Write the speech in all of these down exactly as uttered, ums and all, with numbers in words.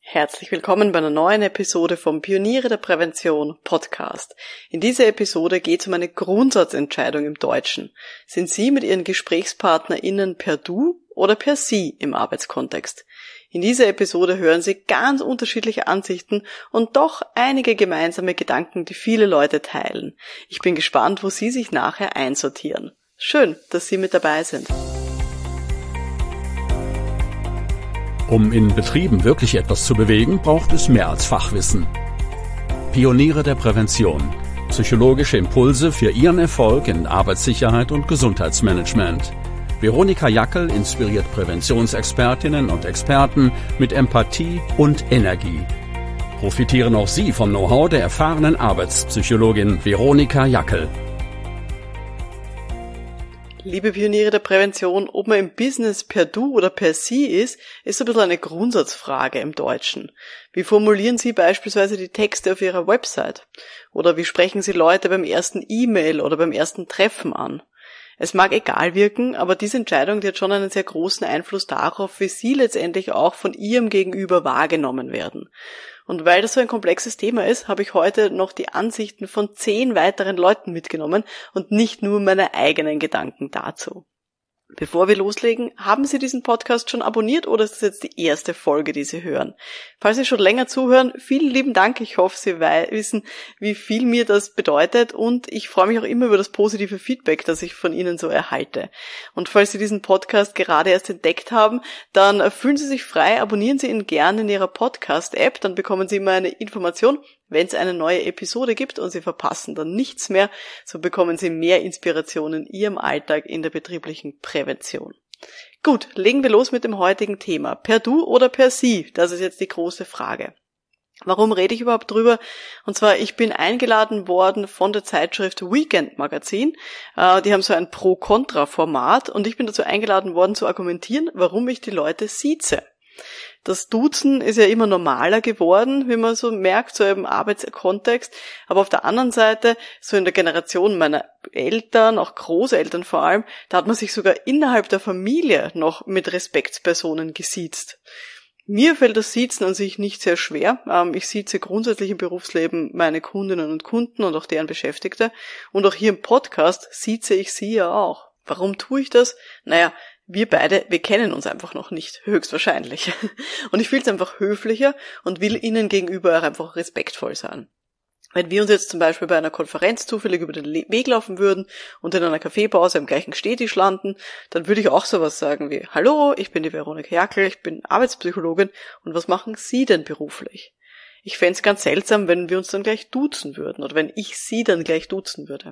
Herzlich willkommen bei einer neuen Episode vom Pioniere der Prävention Podcast. In dieser Episode geht es um eine Grundsatzentscheidung im Deutschen. Sind Sie mit Ihren GesprächspartnerInnen per Du oder per Sie im Arbeitskontext? In dieser Episode hören Sie ganz unterschiedliche Ansichten und doch einige gemeinsame Gedanken, die viele Leute teilen. Ich bin gespannt, wo Sie sich nachher einsortieren. Schön, dass Sie mit dabei sind. Um in Betrieben wirklich etwas zu bewegen, braucht es mehr als Fachwissen. Pioniere der Prävention. Psychologische Impulse für Ihren Erfolg in Arbeitssicherheit und Gesundheitsmanagement. Veronika Jackel inspiriert Präventionsexpertinnen und Experten mit Empathie und Energie. Profitieren auch Sie vom Know-how der erfahrenen Arbeitspsychologin Veronika Jackel. Liebe Pioniere der Prävention, ob man im Business per Du oder per Sie ist, ist ein bisschen eine Grundsatzfrage im Deutschen. Wie formulieren Sie beispielsweise die Texte auf Ihrer Website? Oder wie sprechen Sie Leute beim ersten E-Mail oder beim ersten Treffen an? Es mag egal wirken, aber diese Entscheidung, die hat schon einen sehr großen Einfluss darauf, wie Sie letztendlich auch von Ihrem Gegenüber wahrgenommen werden. Und weil das so ein komplexes Thema ist, habe ich heute noch die Ansichten von zehn weiteren Leuten mitgenommen und nicht nur meine eigenen Gedanken dazu. Bevor wir loslegen, haben Sie diesen Podcast schon abonniert oder ist das jetzt die erste Folge, die Sie hören? Falls Sie schon länger zuhören, vielen lieben Dank. Ich hoffe, Sie wissen, wie viel mir das bedeutet und ich freue mich auch immer über das positive Feedback, das ich von Ihnen so erhalte. Und falls Sie diesen Podcast gerade erst entdeckt haben, dann fühlen Sie sich frei, abonnieren Sie ihn gerne in Ihrer Podcast-App, dann bekommen Sie immer eine Information, wenn es eine neue Episode gibt und Sie verpassen dann nichts mehr, so bekommen Sie mehr Inspiration in Ihrem Alltag in der betrieblichen Prävention. Gut, legen wir los mit dem heutigen Thema. Per Du oder per Sie? Das ist jetzt die große Frage. Warum rede ich überhaupt drüber? Und zwar, ich bin eingeladen worden von der Zeitschrift Weekend Magazin. Äh, die haben so ein Pro-Kontra-Format und ich bin dazu eingeladen worden zu argumentieren, warum ich die Leute sieze. Das Duzen ist ja immer normaler geworden, wie man so merkt, so im Arbeitskontext. Aber auf der anderen Seite, so in der Generation meiner Eltern, auch Großeltern vor allem, da hat man sich sogar innerhalb der Familie noch mit Respektspersonen gesiezt. Mir fällt das Siezen an sich nicht sehr schwer. Ich sieze grundsätzlich im Berufsleben meine Kundinnen und Kunden und auch deren Beschäftigte. Und auch hier im Podcast sieze ich sie ja auch. Warum tue ich das? Naja, wir beide, wir kennen uns einfach noch nicht, höchstwahrscheinlich. Und ich fühle es einfach höflicher und will ihnen gegenüber auch einfach respektvoll sein. Wenn wir uns jetzt zum Beispiel bei einer Konferenz zufällig über den Weg laufen würden und in einer Kaffeepause am gleichen Stehtisch landen, dann würde ich auch sowas sagen wie: Hallo, ich bin die Veronika Jackel, ich bin Arbeitspsychologin und was machen Sie denn beruflich? Ich fände es ganz seltsam, wenn wir uns dann gleich duzen würden oder wenn ich Sie dann gleich duzen würde.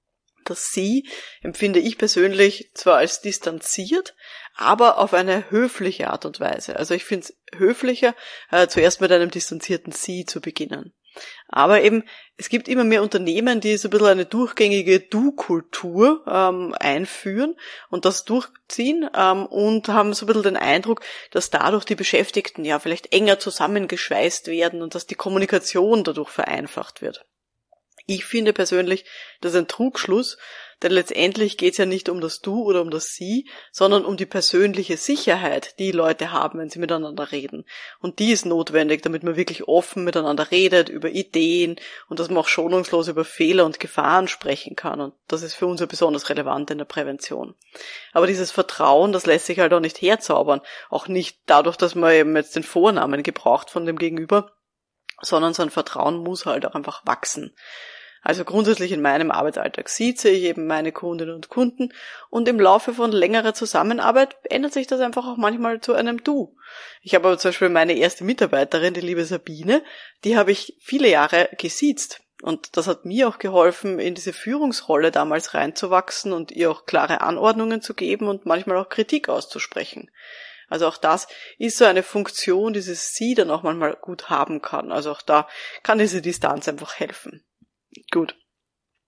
Das Sie empfinde ich persönlich zwar als distanziert, aber auf eine höfliche Art und Weise. Also ich finde es höflicher, äh, zuerst mit einem distanzierten Sie zu beginnen. Aber eben, es gibt immer mehr Unternehmen, die so ein bisschen eine durchgängige Du-Kultur ähm, einführen und das durchziehen ähm, und haben so ein bisschen den Eindruck, dass dadurch die Beschäftigten ja vielleicht enger zusammengeschweißt werden und dass die Kommunikation dadurch vereinfacht wird. Ich finde persönlich, das ist ein Trugschluss, denn letztendlich geht es ja nicht um das Du oder um das Sie, sondern um die persönliche Sicherheit, die Leute haben, wenn sie miteinander reden. Und die ist notwendig, damit man wirklich offen miteinander redet, über Ideen und dass man auch schonungslos über Fehler und Gefahren sprechen kann. Und das ist für uns ja besonders relevant in der Prävention. Aber dieses Vertrauen, das lässt sich halt auch nicht herzaubern. Auch nicht dadurch, dass man eben jetzt den Vornamen gebraucht von dem Gegenüber, sondern so ein Vertrauen muss halt auch einfach wachsen. Also grundsätzlich in meinem Arbeitsalltag sieze ich eben meine Kundinnen und Kunden und im Laufe von längerer Zusammenarbeit ändert sich das einfach auch manchmal zu einem Du. Ich habe aber zum Beispiel meine erste Mitarbeiterin, die liebe Sabine, die habe ich viele Jahre gesiezt. Und das hat mir auch geholfen, in diese Führungsrolle damals reinzuwachsen und ihr auch klare Anordnungen zu geben und manchmal auch Kritik auszusprechen. Also auch das ist so eine Funktion, dieses Sie dann auch manchmal gut haben kann. Also auch da kann diese Distanz einfach helfen. Gut.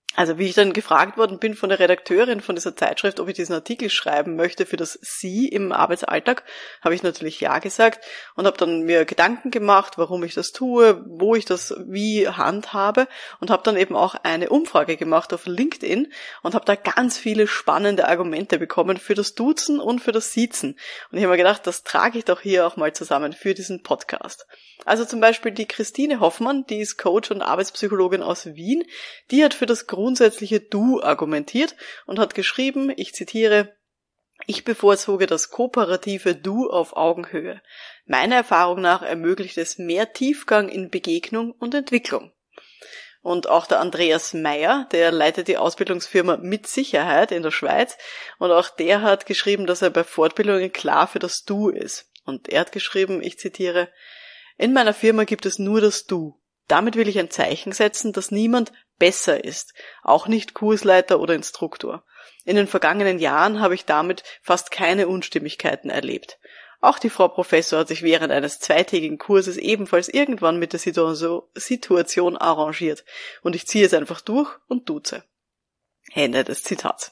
Also wie ich dann gefragt worden bin von der Redakteurin von dieser Zeitschrift, ob ich diesen Artikel schreiben möchte für das Sie im Arbeitsalltag, habe ich natürlich ja gesagt und habe dann mir Gedanken gemacht, warum ich das tue, wo ich das wie handhabe und habe dann eben auch eine Umfrage gemacht auf LinkedIn und habe da ganz viele spannende Argumente bekommen für das Duzen und für das Siezen. Und ich habe mir gedacht, das trage ich doch hier auch mal zusammen für diesen Podcast. Also zum Beispiel die Christine Hoffmann, die ist Coach und Arbeitspsychologin aus Wien, die hat für das grundsätzliche Du argumentiert und hat geschrieben, ich zitiere, ich bevorzuge das kooperative Du auf Augenhöhe. Meiner Erfahrung nach ermöglicht es mehr Tiefgang in Begegnung und Entwicklung. Und auch der Andreas Meyer, der leitet die Ausbildungsfirma Mit Sicherheit in der Schweiz und auch der hat geschrieben, dass er bei Fortbildungen klar für das Du ist. Und er hat geschrieben, ich zitiere, in meiner Firma gibt es nur das Du. Damit will ich ein Zeichen setzen, dass niemand besser ist, auch nicht Kursleiter oder Instruktor. In den vergangenen Jahren habe ich damit fast keine Unstimmigkeiten erlebt. Auch die Frau Professor hat sich während eines zweitägigen Kurses ebenfalls irgendwann mit der Situation arrangiert und ich ziehe es einfach durch und duze. Ende des Zitats.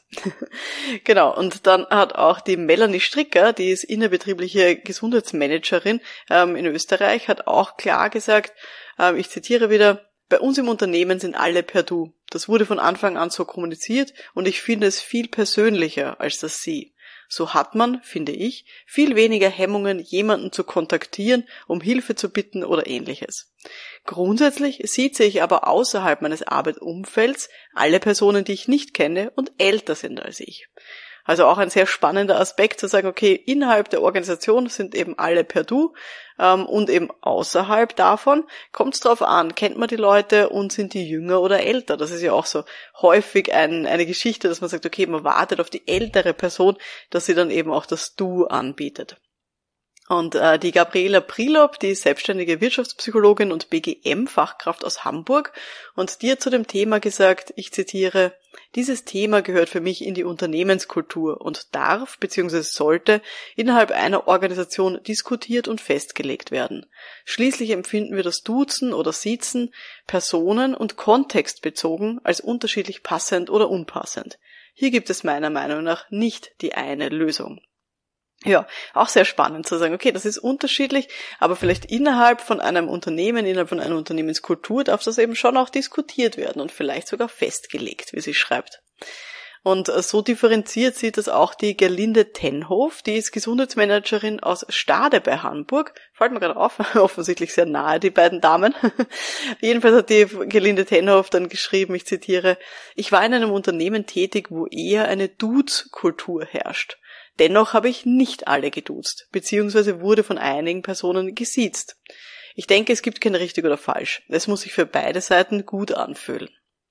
Genau, und dann hat auch die Melanie Stricker, die ist innerbetriebliche Gesundheitsmanagerin ähm, in Österreich, hat auch klar gesagt, ähm, ich zitiere wieder, bei uns im Unternehmen sind alle per Du. Das wurde von Anfang an so kommuniziert und ich finde es viel persönlicher als das Sie. So hat man, finde ich, viel weniger Hemmungen, jemanden zu kontaktieren, um Hilfe zu bitten oder ähnliches. Grundsätzlich sieze ich aber außerhalb meines Arbeitsumfelds alle Personen, die ich nicht kenne und älter sind als ich. Also auch ein sehr spannender Aspekt zu sagen, okay, innerhalb der Organisation sind eben alle per Du ähm, und eben außerhalb davon kommt es drauf an, kennt man die Leute und sind die jünger oder älter. Das ist ja auch so häufig ein, eine Geschichte, dass man sagt, okay, man wartet auf die ältere Person, dass sie dann eben auch das Du anbietet. Und äh, die Gabriela Prilop, die ist selbstständige Wirtschaftspsychologin und B G M-Fachkraft aus Hamburg und die hat zu dem Thema gesagt, ich zitiere, dieses Thema gehört für mich in die Unternehmenskultur und darf bzw. sollte innerhalb einer Organisation diskutiert und festgelegt werden. Schließlich empfinden wir das Duzen oder Siezen personen- und kontextbezogen als unterschiedlich passend oder unpassend. Hier gibt es meiner Meinung nach nicht die eine Lösung. Ja, auch sehr spannend zu sagen, okay, das ist unterschiedlich, aber vielleicht innerhalb von einem Unternehmen, innerhalb von einer Unternehmenskultur darf das eben schon auch diskutiert werden und vielleicht sogar festgelegt, wie sie schreibt. Und so differenziert sieht das auch die Gerlinde Tenhof, die ist Gesundheitsmanagerin aus Stade bei Hamburg. Fällt mir gerade auf, offensichtlich sehr nahe, die beiden Damen. Jedenfalls hat die Gerlinde Tenhof dann geschrieben, ich zitiere, ich war in einem Unternehmen tätig, wo eher eine Dudes-Kultur herrscht. Dennoch habe ich nicht alle geduzt, beziehungsweise wurde von einigen Personen gesiezt. Ich denke, es gibt kein richtig oder falsch. Es muss sich für beide Seiten gut anfühlen.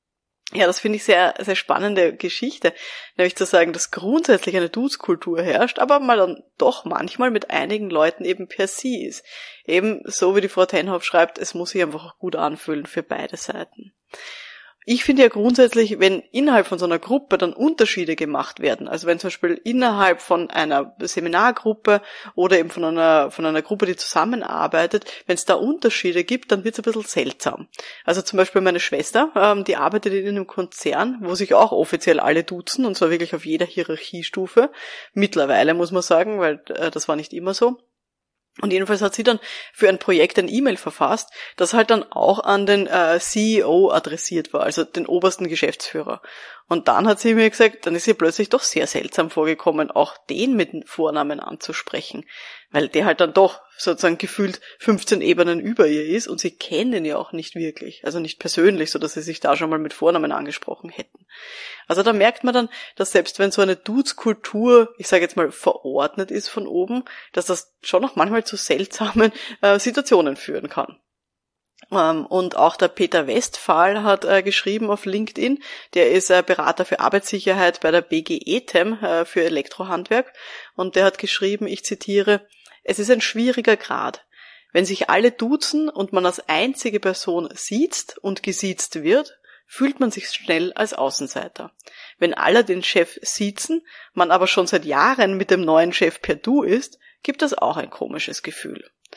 Ja, das finde ich sehr, sehr spannende Geschichte, nämlich zu sagen, dass grundsätzlich eine Dudes-Kultur herrscht, aber mal dann doch manchmal mit einigen Leuten eben per Sie ist. Eben so wie die Frau Tenhof schreibt, es muss sich einfach auch gut anfühlen für beide Seiten. Ich finde ja grundsätzlich, wenn innerhalb von so einer Gruppe dann Unterschiede gemacht werden, also wenn zum Beispiel innerhalb von einer Seminargruppe oder eben von einer von einer Gruppe, die zusammenarbeitet, wenn es da Unterschiede gibt, dann wird es ein bisschen seltsam. Also zum Beispiel meine Schwester, ähm, die arbeitet in einem Konzern, wo sich auch offiziell alle duzen, und zwar wirklich auf jeder Hierarchiestufe. Mittlerweile muss man sagen, weil äh, das war nicht immer so. Und jedenfalls hat sie dann für ein Projekt ein E-Mail verfasst, das halt dann auch an den äh, C E O adressiert war, also den obersten Geschäftsführer. Und dann hat sie mir gesagt, dann ist ihr plötzlich doch sehr seltsam vorgekommen, auch den mit dem Vornamen anzusprechen, weil der halt dann doch sozusagen gefühlt fünfzehn Ebenen über ihr ist und sie kennen ihn ja auch nicht wirklich, also nicht persönlich, so dass sie sich da schon mal mit Vornamen angesprochen hätten. Also da merkt man dann, dass selbst wenn so eine Dudes-Kultur, ich sage jetzt mal, verordnet ist von oben, dass das schon noch manchmal zu seltsamen äh, Situationen führen kann. Ähm, und auch der Peter Westphal hat äh, geschrieben auf LinkedIn, der ist äh, Berater für Arbeitssicherheit bei der B G E T E M äh, für Elektrohandwerk, und der hat geschrieben, ich zitiere, es ist ein schwieriger Grad. Wenn sich alle duzen und man als einzige Person siezt und gesiezt wird, fühlt man sich schnell als Außenseiter. Wenn alle den Chef siezen, man aber schon seit Jahren mit dem neuen Chef per Du ist, gibt das auch ein komisches Gefühl.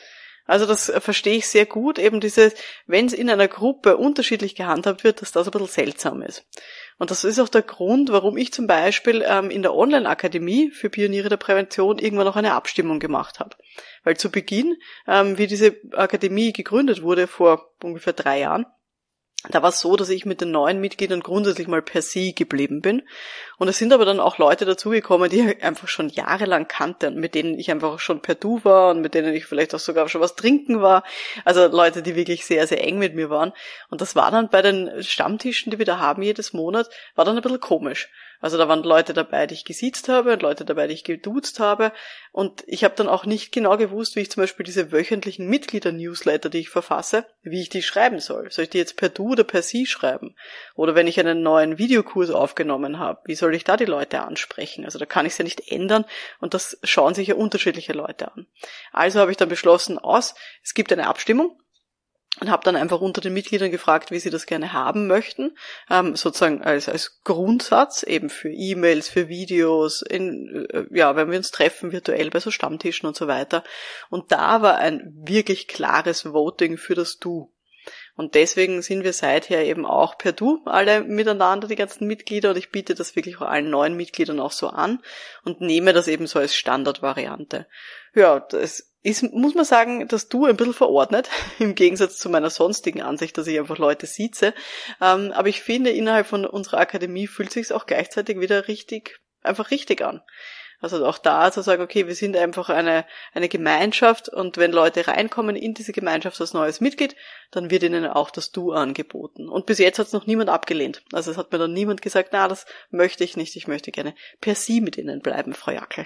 Also das verstehe ich sehr gut, eben dieses, wenn es in einer Gruppe unterschiedlich gehandhabt wird, dass das ein bisschen seltsam ist. Und das ist auch der Grund, warum ich zum Beispiel ähm, in der Online-Akademie für Pioniere der Prävention irgendwann noch eine Abstimmung gemacht habe. Weil zu Beginn, ähm, wie diese Akademie gegründet wurde, vor ungefähr drei Jahren, da war es so, dass ich mit den neuen Mitgliedern grundsätzlich mal per Sie geblieben bin. Und es sind aber dann auch Leute dazugekommen, die ich einfach schon jahrelang kannte und mit denen ich einfach schon per Du war und mit denen ich vielleicht auch sogar schon was trinken war. Also Leute, die wirklich sehr, sehr eng mit mir waren. Und das war dann bei den Stammtischen, die wir da haben jedes Monat, war dann ein bisschen komisch. Also da waren Leute dabei, die ich gesiezt habe und Leute dabei, die ich geduzt habe. Und ich habe dann auch nicht genau gewusst, wie ich zum Beispiel diese wöchentlichen Mitglieder-Newsletter, die ich verfasse, wie ich die schreiben soll. Soll ich die jetzt per Du oder per Sie schreiben? Oder wenn ich einen neuen Videokurs aufgenommen habe, wie soll ich da die Leute ansprechen? Also da kann ich es ja nicht ändern und das schauen sich ja unterschiedliche Leute an. Also habe ich dann beschlossen, aus, es gibt eine Abstimmung. Und habe dann einfach unter den Mitgliedern gefragt, wie sie das gerne haben möchten, ähm, sozusagen als als Grundsatz, eben für E-Mails, für Videos, in, äh, ja, wenn wir uns treffen virtuell bei so Stammtischen und so weiter. Und da war ein wirklich klares Voting für das Du. Und deswegen sind wir seither eben auch per Du alle miteinander, die ganzen Mitglieder, und ich biete das wirklich auch allen neuen Mitgliedern auch so an und nehme das eben so als Standardvariante. Ja, das ist, muss man sagen, das Du ein bisschen verordnet, im Gegensatz zu meiner sonstigen Ansicht, dass ich einfach Leute sieze. Ähm, aber ich finde, innerhalb von unserer Akademie fühlt sich's auch gleichzeitig wieder richtig, einfach richtig an. Also auch da zu sagen, okay, wir sind einfach eine eine Gemeinschaft und wenn Leute reinkommen in diese Gemeinschaft als neues Mitglied, dann wird ihnen auch das Du angeboten. Und bis jetzt hat es noch niemand abgelehnt. Also es hat mir dann niemand gesagt, na, das möchte ich nicht, ich möchte gerne per Sie mit Ihnen bleiben, Frau Jackel.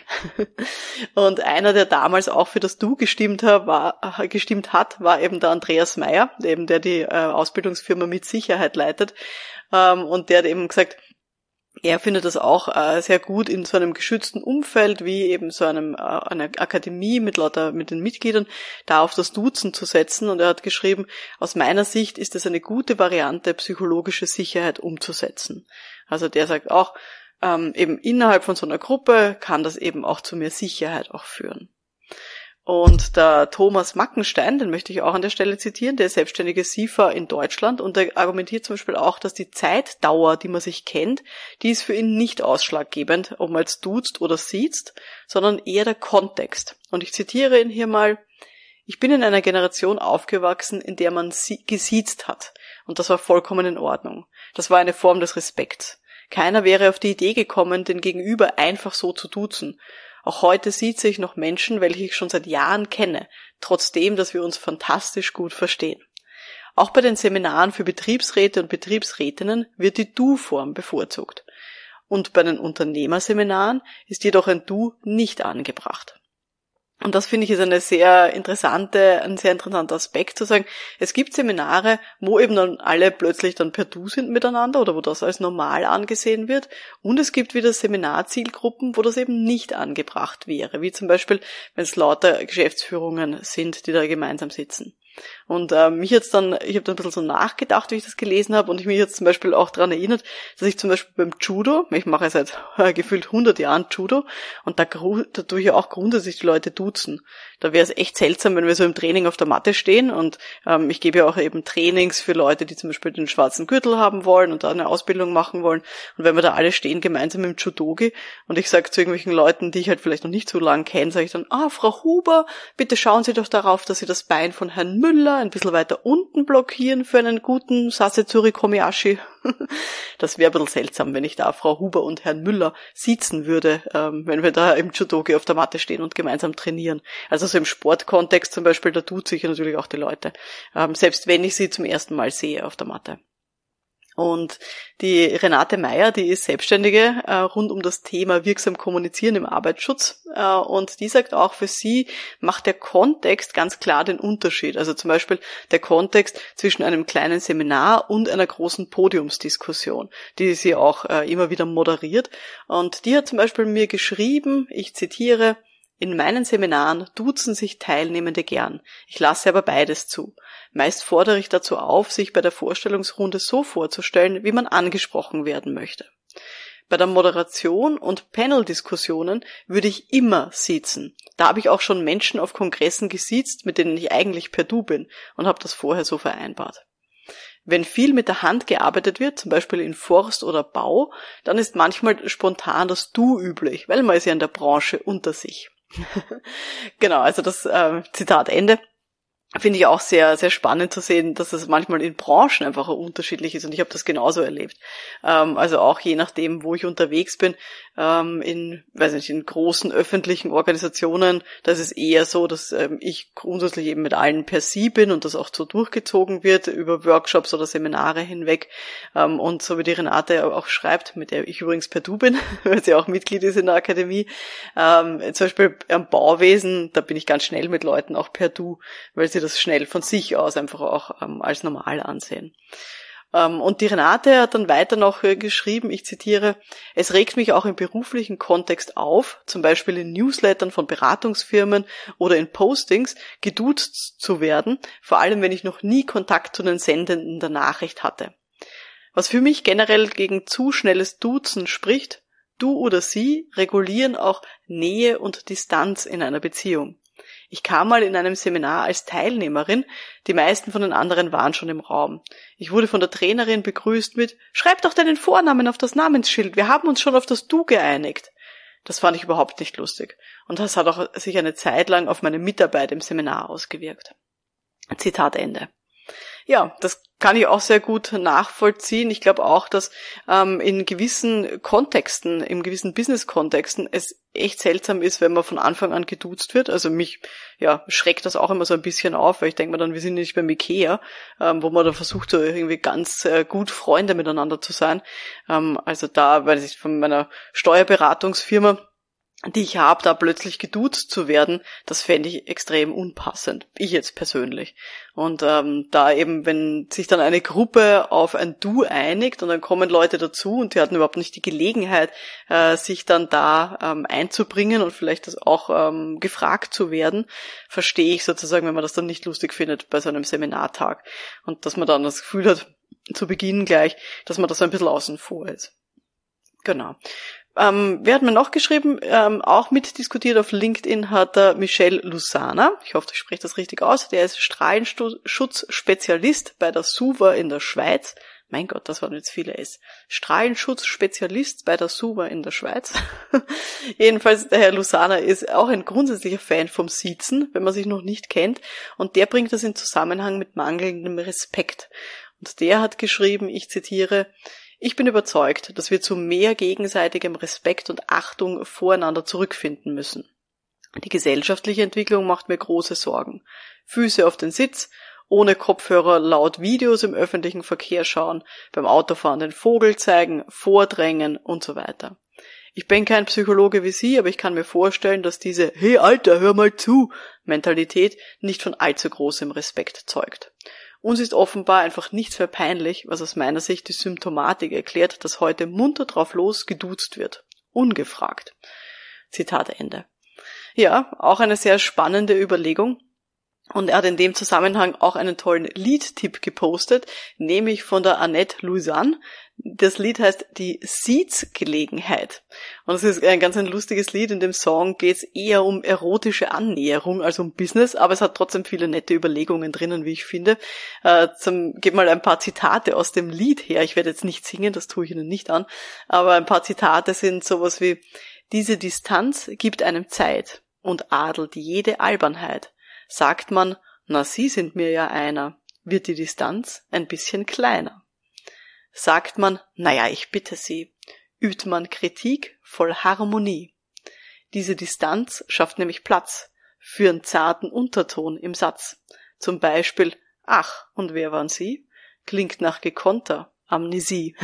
Und einer, der damals auch für das Du gestimmt hat, war, gestimmt hat, war eben der Andreas Meyer, eben der die äh, Ausbildungsfirma Mit Sicherheit leitet. Ähm, und der hat eben gesagt, er findet das auch äh, sehr gut in so einem geschützten Umfeld wie eben so einem äh, einer Akademie mit lauter mit den Mitgliedern da auf das Duzen zu setzen, und er hat geschrieben, aus meiner Sicht ist es eine gute Variante, psychologische Sicherheit umzusetzen. Also der sagt auch, ähm, eben innerhalb von so einer Gruppe kann das eben auch zu mehr Sicherheit auch führen. Und der Thomas Mackenstein, den möchte ich auch an der Stelle zitieren, der ist selbstständiger Siefer in Deutschland, und der argumentiert zum Beispiel auch, dass die Zeitdauer, die man sich kennt, die ist für ihn nicht ausschlaggebend, ob man jetzt duzt oder siezt, sondern eher der Kontext. Und ich zitiere ihn hier mal: Ich bin in einer Generation aufgewachsen, in der man gesiezt hat. Und das war vollkommen in Ordnung. Das war eine Form des Respekts. Keiner wäre auf die Idee gekommen, den Gegenüber einfach so zu duzen. Auch heute sieze ich noch Menschen, welche ich schon seit Jahren kenne, trotzdem, dass wir uns fantastisch gut verstehen. Auch bei den Seminaren für Betriebsräte und Betriebsrätinnen wird die Du-Form bevorzugt. Und bei den Unternehmerseminaren ist jedoch ein Du nicht angebracht. Und das finde ich ist eine sehr interessante, ein sehr interessanter Aspekt, zu sagen, es gibt Seminare, wo eben dann alle plötzlich dann per Du sind miteinander oder wo das als normal angesehen wird, und es gibt wieder Seminarzielgruppen, wo das eben nicht angebracht wäre, wie zum Beispiel, wenn es lauter Geschäftsführungen sind, die da gemeinsam sitzen. Und äh, mich jetzt dann, ich habe dann ein bisschen so nachgedacht, wie ich das gelesen habe, und ich mich jetzt zum Beispiel auch daran erinnert, dass ich zum Beispiel beim Judo, ich mache seit äh, gefühlt hundert Jahren Judo, und da, da tue ich ja auch grundsätzlich die Leute duzen. Da wäre es echt seltsam, wenn wir so im Training auf der Matte stehen, und ähm, ich gebe ja auch eben Trainings für Leute, die zum Beispiel den schwarzen Gürtel haben wollen und da eine Ausbildung machen wollen, und wenn wir da alle stehen gemeinsam im Judogi, und ich sage zu irgendwelchen Leuten, die ich halt vielleicht noch nicht so lange kenne, sage ich dann, ah, Frau Huber, bitte schauen Sie doch darauf, dass Sie das Bein von Herrn Müller ein bisschen weiter unten blockieren für einen guten Sasetsuri Komiyashi. Das wäre ein bisschen seltsam, wenn ich da Frau Huber und Herrn Müller sitzen würde, ähm, wenn wir da im Judogi auf der Matte stehen und gemeinsam trainieren. Also so im Sportkontext zum Beispiel, da tut sich ja natürlich auch die Leute, ähm, selbst wenn ich sie zum ersten Mal sehe auf der Matte. Und die Renate Meyer, die ist Selbstständige äh, rund um das Thema wirksam kommunizieren im Arbeitsschutz, äh, und die sagt auch, für sie macht der Kontext ganz klar den Unterschied. Also zum Beispiel der Kontext zwischen einem kleinen Seminar und einer großen Podiumsdiskussion, die sie auch äh, immer wieder moderiert. Und die hat zum Beispiel mir geschrieben, ich zitiere: In meinen Seminaren duzen sich Teilnehmende gern. Ich lasse aber beides zu. Meist fordere ich dazu auf, sich bei der Vorstellungsrunde so vorzustellen, wie man angesprochen werden möchte. Bei der Moderation und Panel-Diskussionen würde ich immer siezen. Da habe ich auch schon Menschen auf Kongressen gesiezt, mit denen ich eigentlich per Du bin und habe das vorher so vereinbart. Wenn viel mit der Hand gearbeitet wird, zum Beispiel in Forst oder Bau, dann ist manchmal spontan das Du üblich, weil man ist ja in der Branche unter sich. Genau, also das äh, Zitat Ende. Finde ich auch sehr, sehr spannend zu sehen, dass es manchmal in Branchen einfach unterschiedlich ist und ich habe das genauso erlebt. Ähm, also auch je nachdem, wo ich unterwegs bin, ähm, in, weiß nicht, in großen öffentlichen Organisationen, da ist es eher so, dass ähm, ich grundsätzlich eben mit allen per Sie bin und das auch so durchgezogen wird über Workshops oder Seminare hinweg. Ähm, und so wie die Renate auch schreibt, mit der ich übrigens per Du bin, weil sie auch Mitglied ist in der Akademie, ähm, zum Beispiel am Bauwesen, da bin ich ganz schnell mit Leuten auch per Du, weil sie das schnell von sich aus einfach auch ähm, als normal ansehen. Ähm, und die Renate hat dann weiter noch äh, geschrieben, ich zitiere, es regt mich auch im beruflichen Kontext auf, zum Beispiel in Newslettern von Beratungsfirmen oder in Postings, geduzt zu werden, vor allem wenn ich noch nie Kontakt zu den Sendenden der Nachricht hatte. Was für mich generell gegen zu schnelles Duzen spricht, du oder sie regulieren auch Nähe und Distanz in einer Beziehung. Ich kam mal in einem Seminar als Teilnehmerin, die meisten von den anderen waren schon im Raum. Ich wurde von der Trainerin begrüßt mit »Schreib doch deinen Vornamen auf das Namensschild, wir haben uns schon auf das Du geeinigt.« Das fand ich überhaupt nicht lustig und das hat auch sich eine Zeit lang auf meine Mitarbeit im Seminar ausgewirkt. Zitat Ende. Ja, das kann ich auch sehr gut nachvollziehen. Ich glaube auch, dass ähm, in gewissen Kontexten, in gewissen Business-Kontexten es echt seltsam ist, wenn man von Anfang an geduzt wird. Also mich ja schreckt das auch immer so ein bisschen auf, weil ich denke mir dann, wir sind nicht beim Ikea, ähm, wo man da versucht, so irgendwie ganz äh, gut Freunde miteinander zu sein. Ähm, also da, weil ich von meiner Steuerberatungsfirma, die ich habe, da plötzlich geduzt zu werden, das fände ich extrem unpassend. Ich jetzt persönlich. Und ähm, da eben, wenn sich dann eine Gruppe auf ein Du einigt und dann kommen Leute dazu und die hatten überhaupt nicht die Gelegenheit, äh, sich dann da ähm, einzubringen und vielleicht das auch ähm, gefragt zu werden, verstehe ich sozusagen, wenn man das dann nicht lustig findet bei so einem Seminartag. Und dass man dann das Gefühl hat, zu Beginn gleich, dass man da so ein bisschen außen vor ist. Genau. Ähm, wer hat mir noch geschrieben? Ähm, auch mitdiskutiert auf LinkedIn hat der Michel Lusana. Ich hoffe, ich spreche das richtig aus. Der ist Strahlenschutzspezialist bei der SUVA in der Schweiz. Mein Gott, das waren jetzt viele S. Strahlenschutzspezialist bei der SUVA in der Schweiz. Jedenfalls, der Herr Lusana ist auch ein grundsätzlicher Fan vom Siezen, wenn man sich noch nicht kennt. Und der bringt das in Zusammenhang mit mangelndem Respekt. Und der hat geschrieben, ich zitiere, ich bin überzeugt, dass wir zu mehr gegenseitigem Respekt und Achtung voreinander zurückfinden müssen. Die gesellschaftliche Entwicklung macht mir große Sorgen. Füße auf den Sitz, ohne Kopfhörer laut Videos im öffentlichen Verkehr schauen, beim Autofahren den Vogel zeigen, vordrängen und so weiter. Ich bin kein Psychologe wie Sie, aber ich kann mir vorstellen, dass diese »Hey Alter, hör mal zu« Mentalität nicht von allzu großem Respekt zeugt. Uns ist offenbar einfach nichts mehr peinlich, was aus meiner Sicht die Symptomatik erklärt, dass heute munter drauf los geduzt wird. Ungefragt. Zitat Ende. Ja, auch eine sehr spannende Überlegung. Und er hat in dem Zusammenhang auch einen tollen Liedtipp gepostet, nämlich von der Annette Louisanne. Das Lied heißt Die Siezgelegenheit. Und es ist ein ganz ein lustiges Lied. In dem Song geht es eher um erotische Annäherung als um Business, aber es hat trotzdem viele nette Überlegungen drinnen, wie ich finde. Äh, zum, gebe mal ein paar Zitate aus dem Lied her. Ich werde jetzt nicht singen, das tue ich Ihnen nicht an, aber ein paar Zitate sind sowas wie: Diese Distanz gibt einem Zeit und adelt jede Albernheit. Sagt man, na, Sie sind mir ja einer, wird die Distanz ein bisschen kleiner. Sagt man, naja, ich bitte Sie, übt man Kritik voll Harmonie. Diese Distanz schafft nämlich Platz für einen zarten Unterton im Satz. Zum Beispiel, ach, und wer waren Sie? Klingt nach gekonnter Amnesie.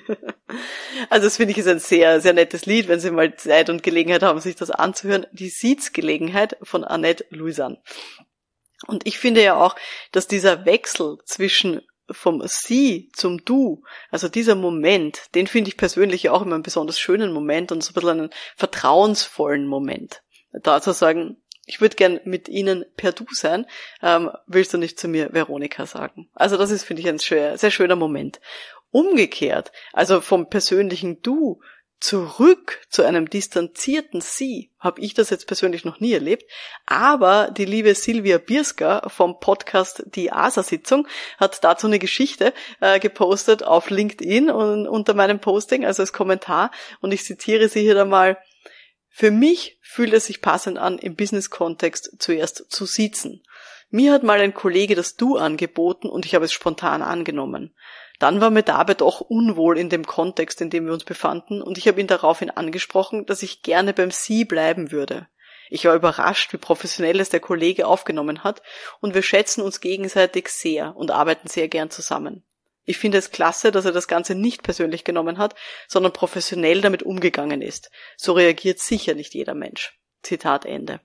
Also das finde ich ist ein sehr, sehr nettes Lied, wenn Sie mal Zeit und Gelegenheit haben, sich das anzuhören. Die Siezgelegenheit von Annette Louisanne. Und ich finde ja auch, dass dieser Wechsel zwischen vom Sie zum Du, also dieser Moment, den finde ich persönlich ja auch immer einen besonders schönen Moment und so ein bisschen einen vertrauensvollen Moment. Da zu sagen, ich würde gern mit Ihnen per Du sein, ähm, willst du nicht zu mir Veronika sagen? Also das ist, finde ich, ein sehr, sehr schöner Moment. Umgekehrt, also vom persönlichen Du zurück zu einem distanzierten Sie habe ich das jetzt persönlich noch nie erlebt, aber die liebe Silvia Bierska vom Podcast Die A S A-Sitzung hat dazu eine Geschichte äh, gepostet auf LinkedIn und unter meinem Posting, also als Kommentar, und ich zitiere sie hier dann mal: Für mich fühlt es sich passend an, im Business-Kontext zuerst zu siezen. Mir hat mal ein Kollege das Du angeboten und ich habe es spontan angenommen. Dann war mir dabei doch unwohl in dem Kontext, in dem wir uns befanden, und ich habe ihn daraufhin angesprochen, dass ich gerne beim Sie bleiben würde. Ich war überrascht, wie professionell es der Kollege aufgenommen hat, und wir schätzen uns gegenseitig sehr und arbeiten sehr gern zusammen. Ich finde es klasse, dass er das Ganze nicht persönlich genommen hat, sondern professionell damit umgegangen ist. So reagiert sicher nicht jeder Mensch. Zitat Ende.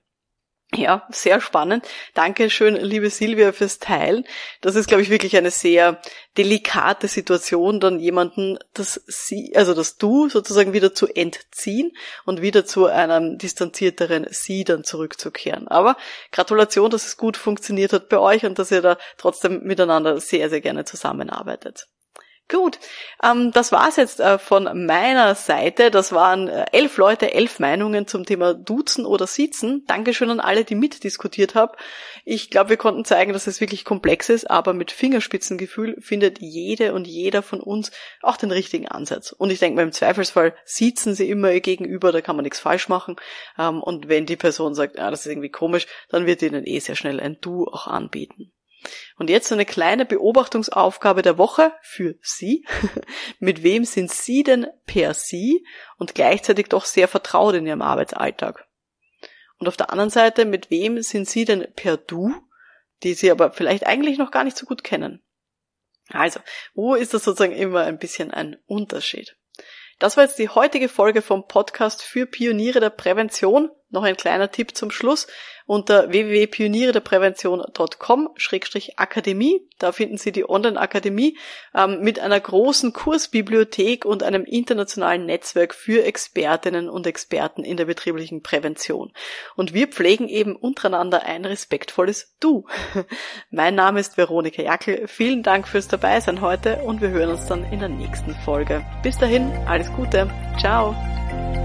Ja, sehr spannend. Danke schön, liebe Silvia, fürs Teilen. Das ist, glaube ich, wirklich eine sehr delikate Situation, dann jemanden das Sie, also das Du sozusagen wieder zu entziehen und wieder zu einem distanzierteren Sie dann zurückzukehren. Aber Gratulation, dass es gut funktioniert hat bei euch und dass ihr da trotzdem miteinander sehr, sehr gerne zusammenarbeitet. Gut, ähm, das war's jetzt äh, von meiner Seite. Das waren äh, elf Leute, elf Meinungen zum Thema Duzen oder Siezen. Dankeschön an alle, die mitdiskutiert haben. Ich glaube, wir konnten zeigen, dass es wirklich komplex ist, aber mit Fingerspitzengefühl findet jede und jeder von uns auch den richtigen Ansatz. Und ich denke mal, im Zweifelsfall siezen sie immer ihr Gegenüber, da kann man nichts falsch machen. Ähm, und wenn die Person sagt, ah, das ist irgendwie komisch, dann wird ihnen eh sehr schnell ein Du auch anbieten. Und jetzt eine kleine Beobachtungsaufgabe der Woche für Sie. Mit wem sind Sie denn per Sie und gleichzeitig doch sehr vertraut in Ihrem Arbeitsalltag? Und auf der anderen Seite, mit wem sind Sie denn per Du, die Sie aber vielleicht eigentlich noch gar nicht so gut kennen? Also, wo ist das sozusagen immer ein bisschen ein Unterschied? Das war jetzt die heutige Folge vom Podcast für Pioniere der Prävention. Noch ein kleiner Tipp zum Schluss. Unter w w w punkt pioniere der prävention punkt com Schrägstrich Akademie, da finden Sie die Online-Akademie ähm, mit einer großen Kursbibliothek und einem internationalen Netzwerk für Expertinnen und Experten in der betrieblichen Prävention. Und wir pflegen eben untereinander ein respektvolles Du. Mein Name ist Veronika Jackel. Vielen Dank fürs Dabeisein heute und wir hören uns dann in der nächsten Folge. Bis dahin, alles Gute. Ciao.